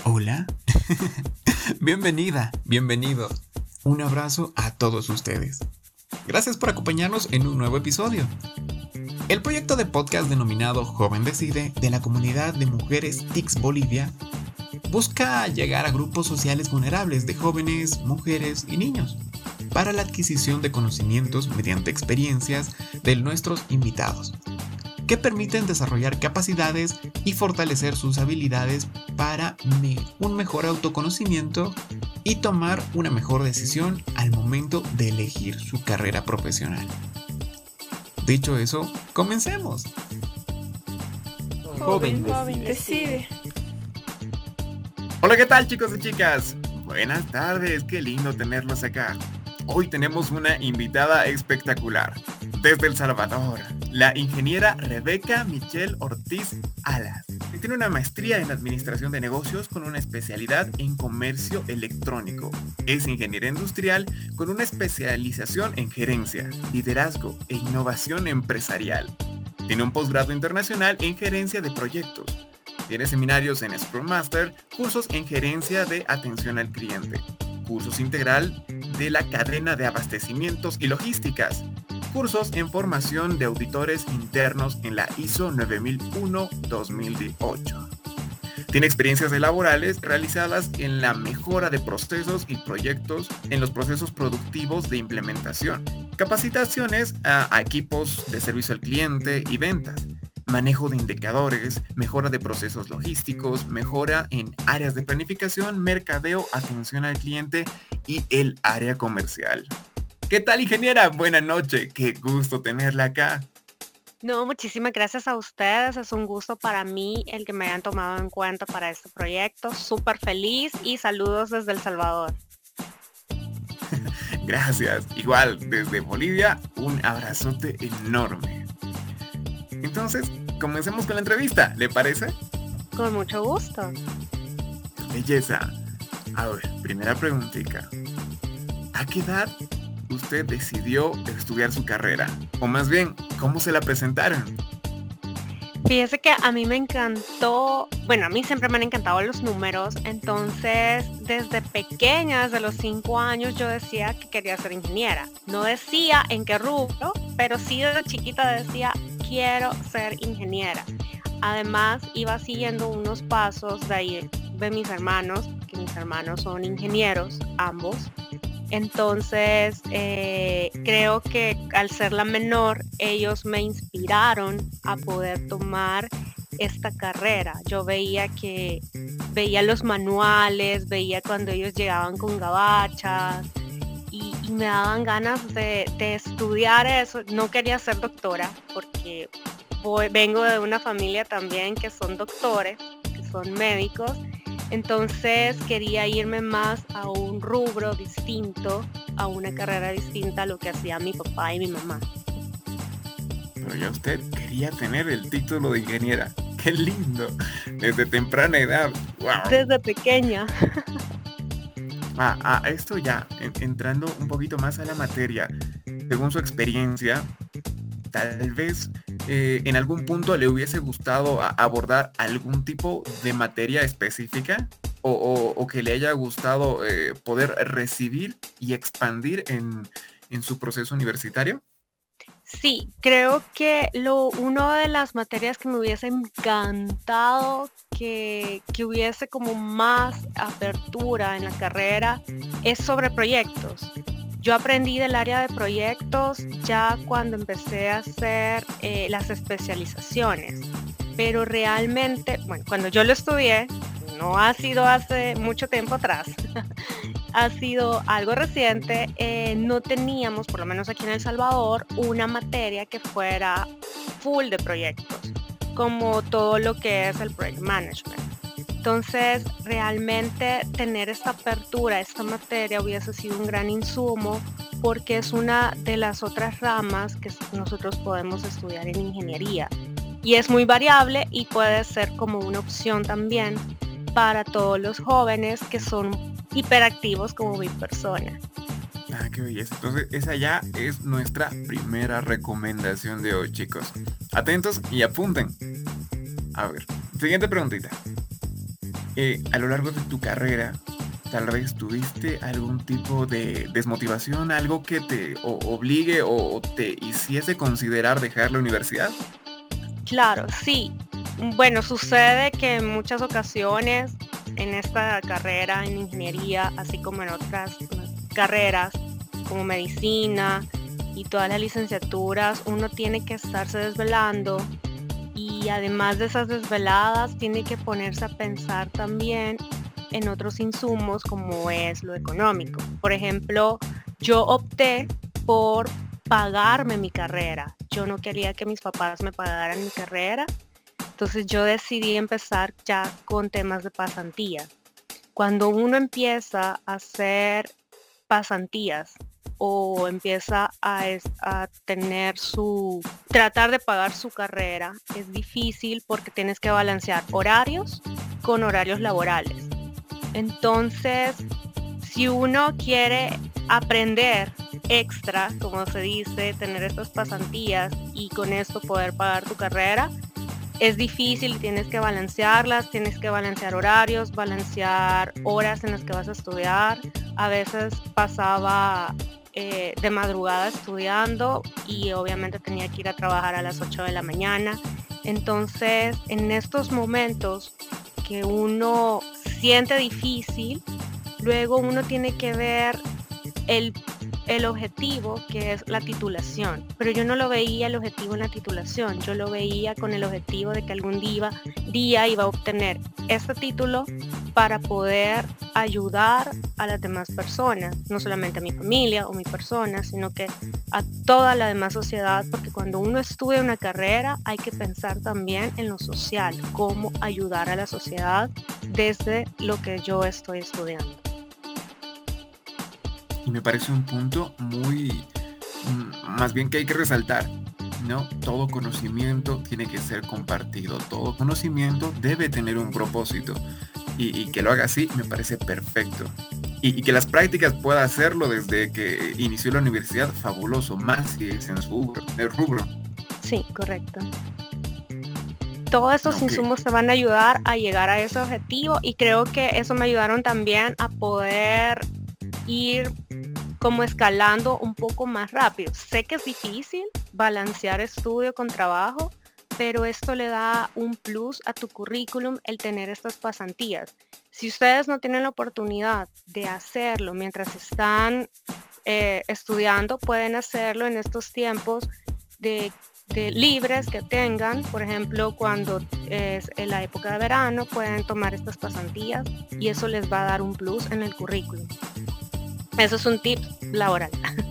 Hola. Bienvenida, bienvenido. Un abrazo a todos ustedes. Gracias por acompañarnos en un nuevo episodio. El proyecto de podcast denominado Joven Decide de la comunidad de mujeres TICS Bolivia busca llegar a grupos sociales vulnerables de jóvenes, mujeres y niños para la adquisición de conocimientos mediante experiencias de nuestros invitados, que permiten desarrollar capacidades y fortalecer sus habilidades para un mejor autoconocimiento y tomar una mejor decisión al momento de elegir su carrera profesional. Dicho eso, comencemos. Joven decide. Hola, ¿qué tal, chicos y chicas? Buenas tardes, qué lindo tenerlos acá. Hoy tenemos una invitada espectacular. Desde El Salvador, la ingeniera Rebeca Michelle Ortiz Alas. Tiene una maestría en Administración de Negocios con una especialidad en Comercio Electrónico. Es ingeniera industrial con una especialización en Gerencia, Liderazgo e Innovación Empresarial. Tiene un posgrado internacional en Gerencia de Proyectos. Tiene seminarios en Scrum Master, cursos en Gerencia de Atención al Cliente, cursos integral de la cadena de abastecimientos y logísticas, cursos en formación de auditores internos en la ISO 9001-2008. Tiene experiencias laborales realizadas en la mejora de procesos y proyectos en los procesos productivos de implementación, capacitaciones a equipos de servicio al cliente y ventas, manejo de indicadores, mejora de procesos logísticos, mejora en áreas de planificación, mercadeo, atención al cliente y el área comercial. ¿Qué tal, ingeniera? Buenas noches, qué gusto tenerla acá. No, muchísimas gracias a ustedes. Es un gusto para mí el que me hayan tomado en cuenta para este proyecto. Súper feliz y saludos desde El Salvador. Gracias. Igual, desde Bolivia, un abrazote enorme. Entonces, comencemos con la entrevista, ¿le parece? Con mucho gusto. Belleza. A ver, primera preguntita. ¿A qué edad usted decidió estudiar su carrera? O más bien, ¿cómo se la presentaron? Fíjese que a mí me encantó, bueno, a mí siempre me han encantado los números, entonces desde pequeña, desde los 5 años, yo decía que quería ser ingeniera. No decía en qué rubro, pero sí desde chiquita decía, quiero ser ingeniera. Además, iba siguiendo unos pasos de ahí de mis hermanos, que mis hermanos son ingenieros, ambos. Entonces, creo que al ser la menor, ellos me inspiraron a poder tomar esta carrera. Yo veía los manuales, veía cuando ellos llegaban con gabachas y me daban ganas de estudiar eso. No quería ser doctora porque vengo de una familia también que son doctores, que son médicos. Entonces quería irme más a un rubro distinto, a una carrera distinta a lo que hacía mi papá y mi mamá. Pero ya usted quería tener el título de ingeniera. ¡Qué lindo! Desde temprana edad. ¡Wow! Desde pequeña. Esto ya, entrando un poquito más a la materia, según su experiencia, tal vez en algún punto le hubiese gustado abordar algún tipo de materia específica o que le haya gustado poder recibir y expandir en su proceso universitario. Sí, creo que una de las materias que me hubiese encantado que hubiese como más apertura en la carrera es sobre proyectos. Yo aprendí del área de proyectos ya cuando empecé a hacer las especializaciones, pero realmente, bueno, cuando yo lo estudié, no ha sido hace mucho tiempo atrás, ha sido algo reciente, no teníamos, por lo menos aquí en El Salvador, una materia que fuera full de proyectos, como todo lo que es el project management. Entonces, realmente tener esta apertura, esta materia hubiese sido un gran insumo porque es una de las otras ramas que nosotros podemos estudiar en ingeniería. Y es muy variable y puede ser como una opción también para todos los jóvenes que son hiperactivos como mi persona. Qué belleza. Entonces, esa ya es nuestra primera recomendación de hoy, chicos. Atentos y apunten. A ver, siguiente preguntita. A lo largo de tu carrera, tal vez tuviste algún tipo de desmotivación, algo que te obligue o te hiciese considerar dejar la universidad. Claro, sí. Bueno, sucede que en muchas ocasiones en esta carrera, en ingeniería, así como en otras carreras como medicina y todas las licenciaturas, uno tiene que estarse desvelando y además de esas desveladas, tiene que ponerse a pensar también en otros insumos como es lo económico. Por ejemplo, yo opté por pagarme mi carrera. Yo no quería que mis papás me pagaran mi carrera, entonces yo decidí empezar ya con temas de pasantía. Cuando uno empieza a hacer pasantías o empieza a tener tratar de pagar su carrera, es difícil porque tienes que balancear horarios con horarios laborales. Entonces, si uno quiere aprender extra, como se dice, tener estas pasantías y con esto poder pagar tu carrera, es difícil, tienes que balancearlas, tienes que balancear horarios, balancear horas en las que vas a estudiar. A veces pasaba de madrugada estudiando y obviamente tenía que ir a trabajar a las 8 de la mañana. Entonces, en estos momentos que uno siente difícil, luego uno tiene que ver el, el objetivo, que es la titulación. Pero yo no lo veía el objetivo en la titulación, yo lo veía con el objetivo de que algún día iba a obtener este título para poder ayudar a las demás personas, no solamente a mi familia o mi persona, sino que a toda la demás sociedad, porque cuando uno estudia una carrera hay que pensar también en lo social, cómo ayudar a la sociedad desde lo que yo estoy estudiando. Y me parece un punto más bien que hay que resaltar, ¿no? Todo conocimiento tiene que ser compartido, todo conocimiento debe tener un propósito y que lo haga así me parece perfecto. Y que las prácticas pueda hacerlo desde que inició la universidad, fabuloso, más si es en su rubro. Sí, correcto. Todos estos Ok. insumos te van a ayudar a llegar a ese objetivo y creo que eso me ayudaron también a poder ir como escalando un poco más rápido. Sé que es difícil balancear estudio con trabajo, pero esto le da un plus a tu currículum el tener estas pasantías. Si ustedes no tienen la oportunidad de hacerlo mientras están estudiando, pueden hacerlo en estos tiempos de, de libres que tengan. Por ejemplo, cuando es en la época de verano, pueden tomar estas pasantías y eso les va a dar un plus en el currículum. Eso es un tip laboral.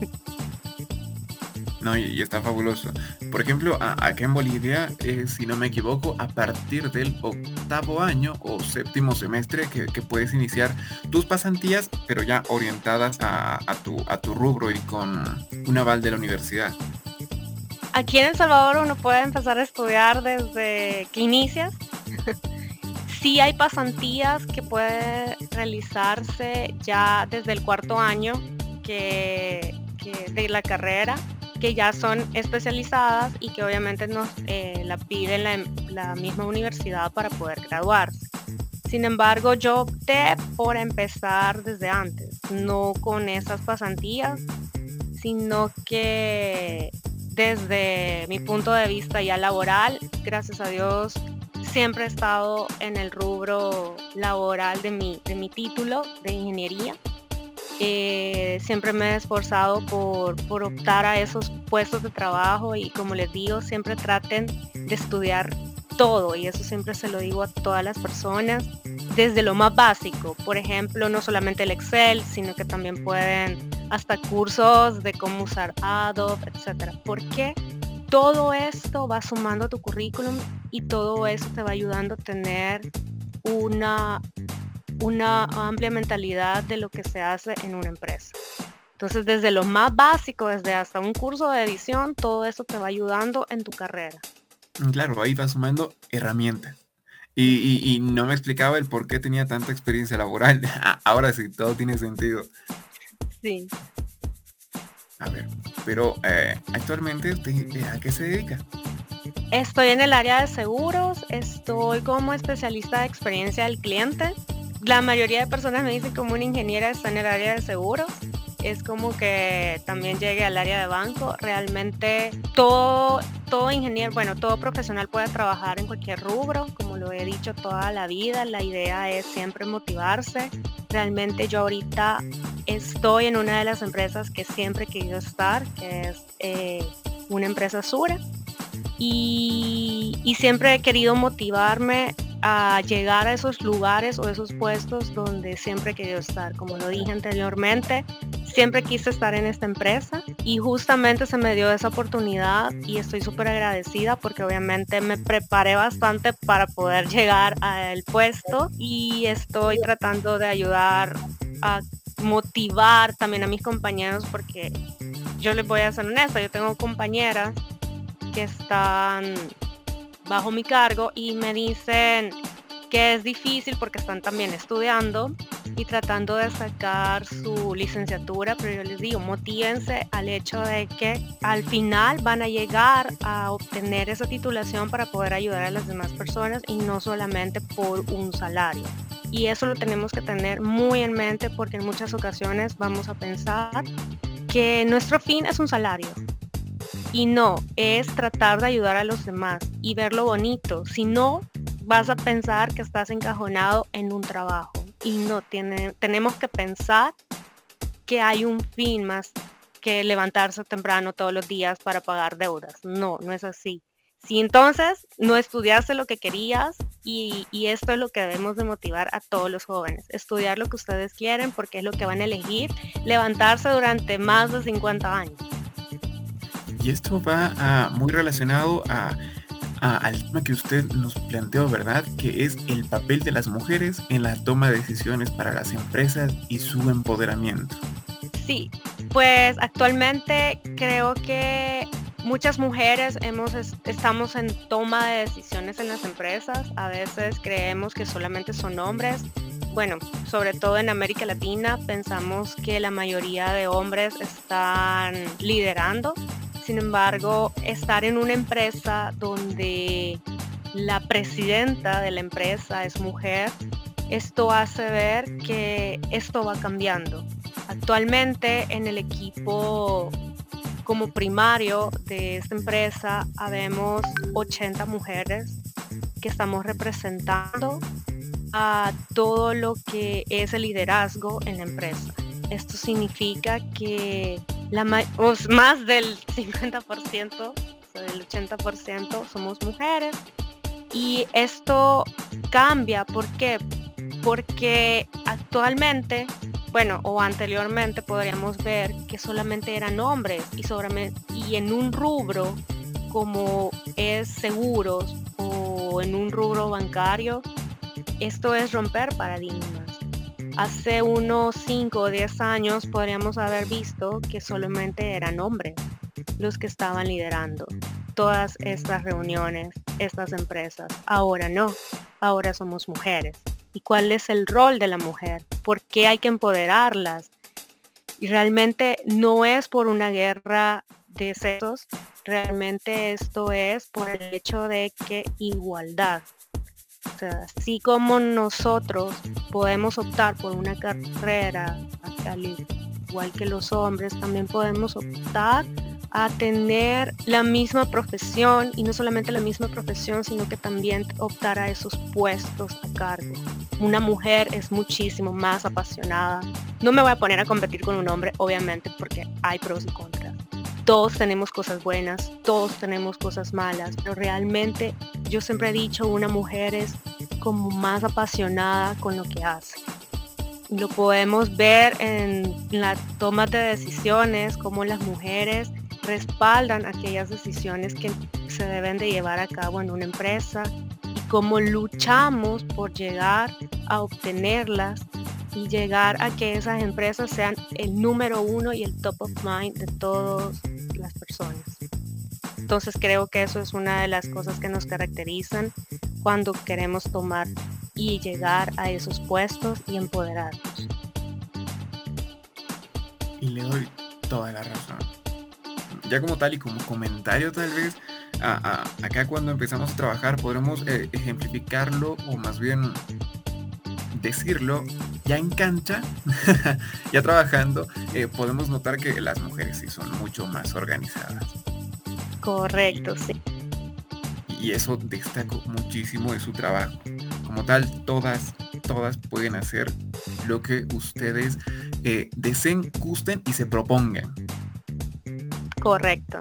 No, y está fabuloso. Por ejemplo, acá en Bolivia, si no me equivoco, a partir del octavo año o séptimo semestre que puedes iniciar tus pasantías, pero ya orientadas a tu rubro y con un aval de la universidad. Aquí en El Salvador uno puede empezar a estudiar desde que inicias. Sí hay pasantías que puede realizarse ya desde el cuarto año que de la carrera, que ya son especializadas y que obviamente nos la pide la misma universidad para poder graduarse. Sin embargo, yo opté por empezar desde antes, no con esas pasantías, sino que desde mi punto de vista ya laboral, gracias a Dios, siempre he estado en el rubro laboral de mi título de ingeniería. Siempre me he esforzado por optar a esos puestos de trabajo y como les digo, siempre traten de estudiar todo y eso siempre se lo digo a todas las personas, desde lo más básico, por ejemplo, no solamente el Excel, sino que también pueden hasta cursos de cómo usar Adobe, etcétera. Porque todo esto va sumando a tu currículum y todo eso te va ayudando a tener una amplia mentalidad de lo que se hace en una empresa. Entonces, desde lo más básico, desde hasta un curso de edición, todo eso te va ayudando en tu carrera. Claro, ahí va sumando herramientas. Y no me explicaba el por qué tenía tanta experiencia laboral. Ahora sí, todo tiene sentido. Sí. A ver, pero actualmente usted, ¿a qué se dedica? Estoy en el área de seguros, estoy como especialista de experiencia del cliente. La mayoría de personas me dicen que como una ingeniera está en el área de seguros. Es como que también llegue al área de banco. Realmente todo ingeniero, bueno, todo profesional puede trabajar en cualquier rubro, como lo he dicho toda la vida. La idea es siempre motivarse. Realmente yo ahorita estoy en una de las empresas que siempre he querido estar, que es una empresa Sura. Y siempre he querido motivarme a llegar a esos lugares o esos puestos donde siempre he querido estar. Como lo dije anteriormente, siempre quise estar en esta empresa y justamente se me dio esa oportunidad y estoy súper agradecida porque obviamente me preparé bastante para poder llegar al puesto y estoy tratando de ayudar a motivar también a mis compañeros porque yo les voy a ser honesta, yo tengo compañeras que están bajo mi cargo y me dicen que es difícil porque están también estudiando y tratando de sacar su licenciatura, pero yo les digo, motívense al hecho de que al final van a llegar a obtener esa titulación para poder ayudar a las demás personas y no solamente por un salario. Y eso lo tenemos que tener muy en mente porque en muchas ocasiones vamos a pensar que nuestro fin es un salario. Y no, es tratar de ayudar a los demás y ver lo bonito. Si no, vas a pensar que estás encajonado en un trabajo. Y no, tenemos que pensar que hay un fin más que levantarse temprano todos los días para pagar deudas. No, no es así. Si entonces no estudiaste lo que querías y esto es lo que debemos de motivar a todos los jóvenes. Estudiar lo que ustedes quieren porque es lo que van a elegir levantarse durante más de 50 años. Y esto va muy relacionado al tema que usted nos planteó, ¿verdad? Que es el papel de las mujeres en la toma de decisiones para las empresas y su empoderamiento. Sí, pues actualmente creo que muchas mujeres estamos en toma de decisiones en las empresas. A veces creemos que solamente son hombres. Bueno, sobre todo en América Latina pensamos que la mayoría de hombres están liderando. Sin embargo, estar en una empresa donde la presidenta de la empresa es mujer, esto hace ver que esto va cambiando. Actualmente en el equipo como primario de esta empresa habemos 80 mujeres que estamos representando a todo lo que es el liderazgo en la empresa. Esto significa que más del 50%, o sea, del 80% somos mujeres. Y esto cambia, ¿por qué? Porque actualmente, bueno, o anteriormente podríamos ver que solamente eran hombres y en un rubro como es seguros o en un rubro bancario, esto es romper paradigmas. Hace unos 5 o 10 años podríamos haber visto que solamente eran hombres los que estaban liderando todas estas reuniones, estas empresas. Ahora no, ahora somos mujeres. ¿Y cuál es el rol de la mujer? ¿Por qué hay que empoderarlas? Y realmente no es por una guerra de sexos, realmente esto es por el hecho de que igualdad. O sea, así como nosotros podemos optar por una carrera, al igual que los hombres, también podemos optar a tener la misma profesión y no solamente la misma profesión, sino que también optar a esos puestos a cargo. Una mujer es muchísimo más apasionada. No me voy a poner a competir con un hombre, obviamente, porque hay pros y contras. Todos tenemos cosas buenas, todos tenemos cosas malas, pero realmente yo siempre he dicho, una mujer es como más apasionada con lo que hace. Lo podemos ver en la toma de decisiones, como las mujeres respaldan aquellas decisiones que se deben de llevar a cabo en una empresa y cómo luchamos por llegar a obtenerlas y llegar a que esas empresas sean el número 1 y el top of mind de todas las personas. Entonces creo que eso es una de las cosas que nos caracterizan cuando queremos tomar y llegar a esos puestos y empoderarnos. Y le doy toda la razón. Ya como tal y como comentario tal vez, acá cuando empezamos a trabajar podremos ejemplificarlo, o más bien decirlo, ya en cancha, ya trabajando, podemos notar que las mujeres sí son mucho más organizadas. Correcto, sí. Y eso destaco muchísimo de su trabajo. Como tal, todas pueden hacer lo que ustedes deseen, gusten y se propongan. Correcto.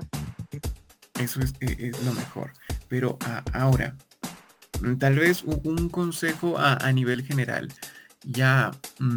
Eso es lo mejor. Pero ahora, tal vez un consejo a nivel general, ya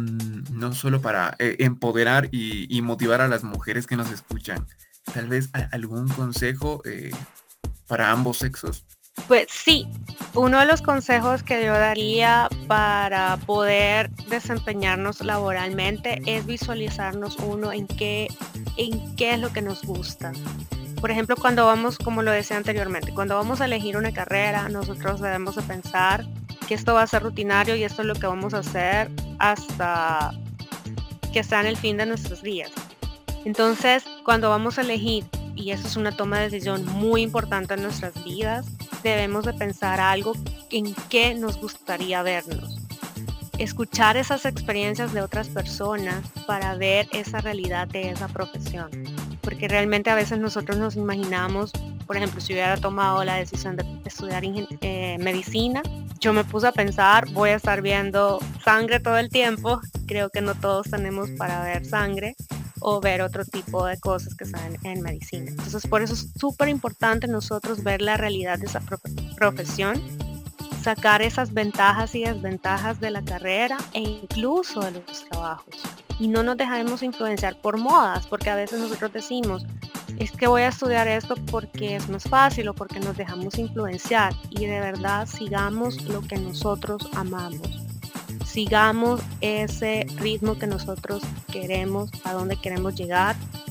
no solo para empoderar y motivar a las mujeres que nos escuchan, tal vez algún consejo para ambos sexos. Pues sí, uno de los consejos que yo daría para poder desempeñarnos laboralmente es visualizarnos uno en qué es lo que nos gusta. Por ejemplo, cuando vamos, como lo decía anteriormente, cuando vamos a elegir una carrera, nosotros debemos de pensar que esto va a ser rutinario y esto es lo que vamos a hacer hasta que sea en el fin de nuestros días. Entonces, cuando vamos a elegir, y eso es una toma de decisión muy importante en nuestras vidas, debemos de pensar algo en qué nos gustaría vernos. Escuchar esas experiencias de otras personas para ver esa realidad de esa profesión. Porque realmente a veces nosotros nos imaginamos, por ejemplo, si hubiera tomado la decisión de estudiar medicina, yo me puse a pensar, voy a estar viendo sangre todo el tiempo. Creo que no todos tenemos para ver sangre o ver otro tipo de cosas que están en medicina. Entonces, por eso es súper importante nosotros ver la realidad de esa profesión, sacar esas ventajas y desventajas de la carrera e incluso de los trabajos. Y no nos dejaremos influenciar por modas, porque a veces nosotros decimos, es que voy a estudiar esto porque es más fácil o porque nos dejamos influenciar. Y de verdad sigamos lo que nosotros amamos. Sigamos ese ritmo que nosotros queremos, a donde queremos llegar.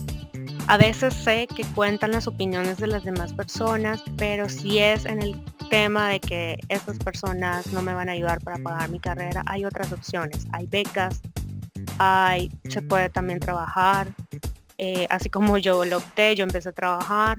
A veces sé que cuentan las opiniones de las demás personas, pero si es en el tema de que estas personas no me van a ayudar para pagar mi carrera, hay otras opciones. Hay becas, se puede también trabajar. Así como yo lo opté, yo empecé a trabajar.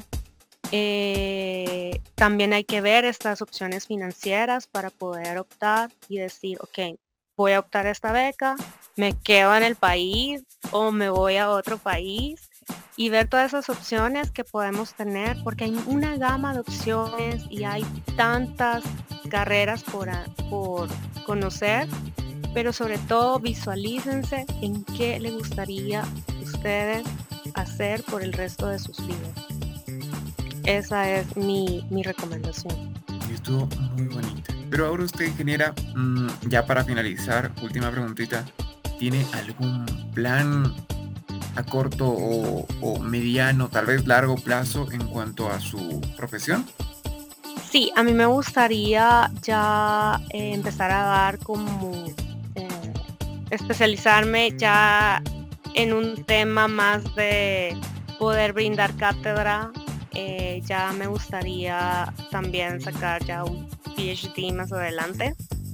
También hay que ver estas opciones financieras para poder optar y decir, ok, voy a optar a esta beca, me quedo en el país o me voy a otro país, y ver todas esas opciones que podemos tener, porque hay una gama de opciones y hay tantas carreras por conocer, pero sobre todo visualícense en qué les gustaría a ustedes hacer por el resto de sus vidas. Esa es mi recomendación. Y estuvo muy bonita. Pero ahora usted, ingeniera, ya para finalizar, última preguntita, ¿tiene algún plan a corto o mediano, tal vez largo plazo en cuanto a su profesión? Sí, a mí me gustaría ya empezar a dar como especializarme ya en un tema más de poder brindar cátedra. Ya me gustaría también sacar ya un PhD más adelante.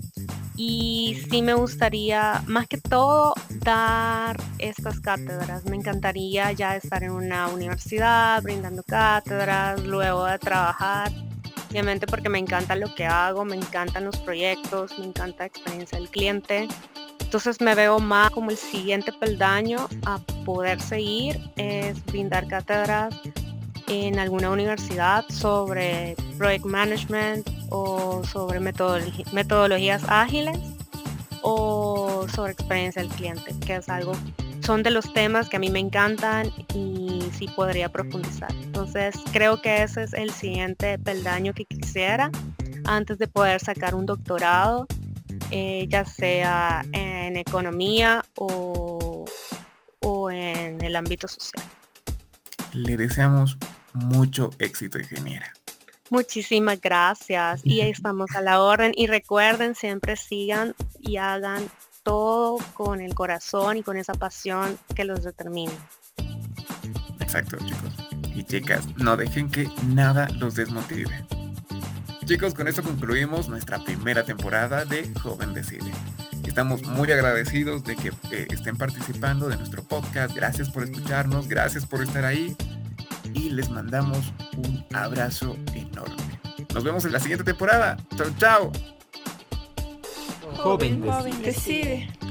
Y sí me gustaría, más que todo, dar estas cátedras. Me encantaría ya estar en una universidad brindando cátedras, luego de trabajar. Obviamente porque me encanta lo que hago, me encantan los proyectos, me encanta la experiencia del cliente. Entonces me veo más como el siguiente peldaño a poder seguir, es brindar cátedras en alguna universidad sobre project management o sobre metodologías ágiles o sobre experiencia del cliente, que es algo, son de los temas que a mí me encantan y sí podría profundizar. Entonces creo que ese es el siguiente peldaño que quisiera antes de poder sacar un doctorado, ya sea en economía o en el ámbito social. Le deseamos mucho éxito, ingeniera. Muchísimas gracias y estamos a la orden, y recuerden, siempre sigan y hagan todo con el corazón y con esa pasión que los determina. Exacto, chicos y chicas, no dejen que nada los desmotive. Chicos, con esto concluimos nuestra primera temporada de Joven Decide. Estamos muy agradecidos de que estén participando de nuestro podcast. Gracias por escucharnos, gracias por estar ahí. y les mandamos un abrazo enorme. Nos vemos en la siguiente temporada. Chao, chao. Joven Decide.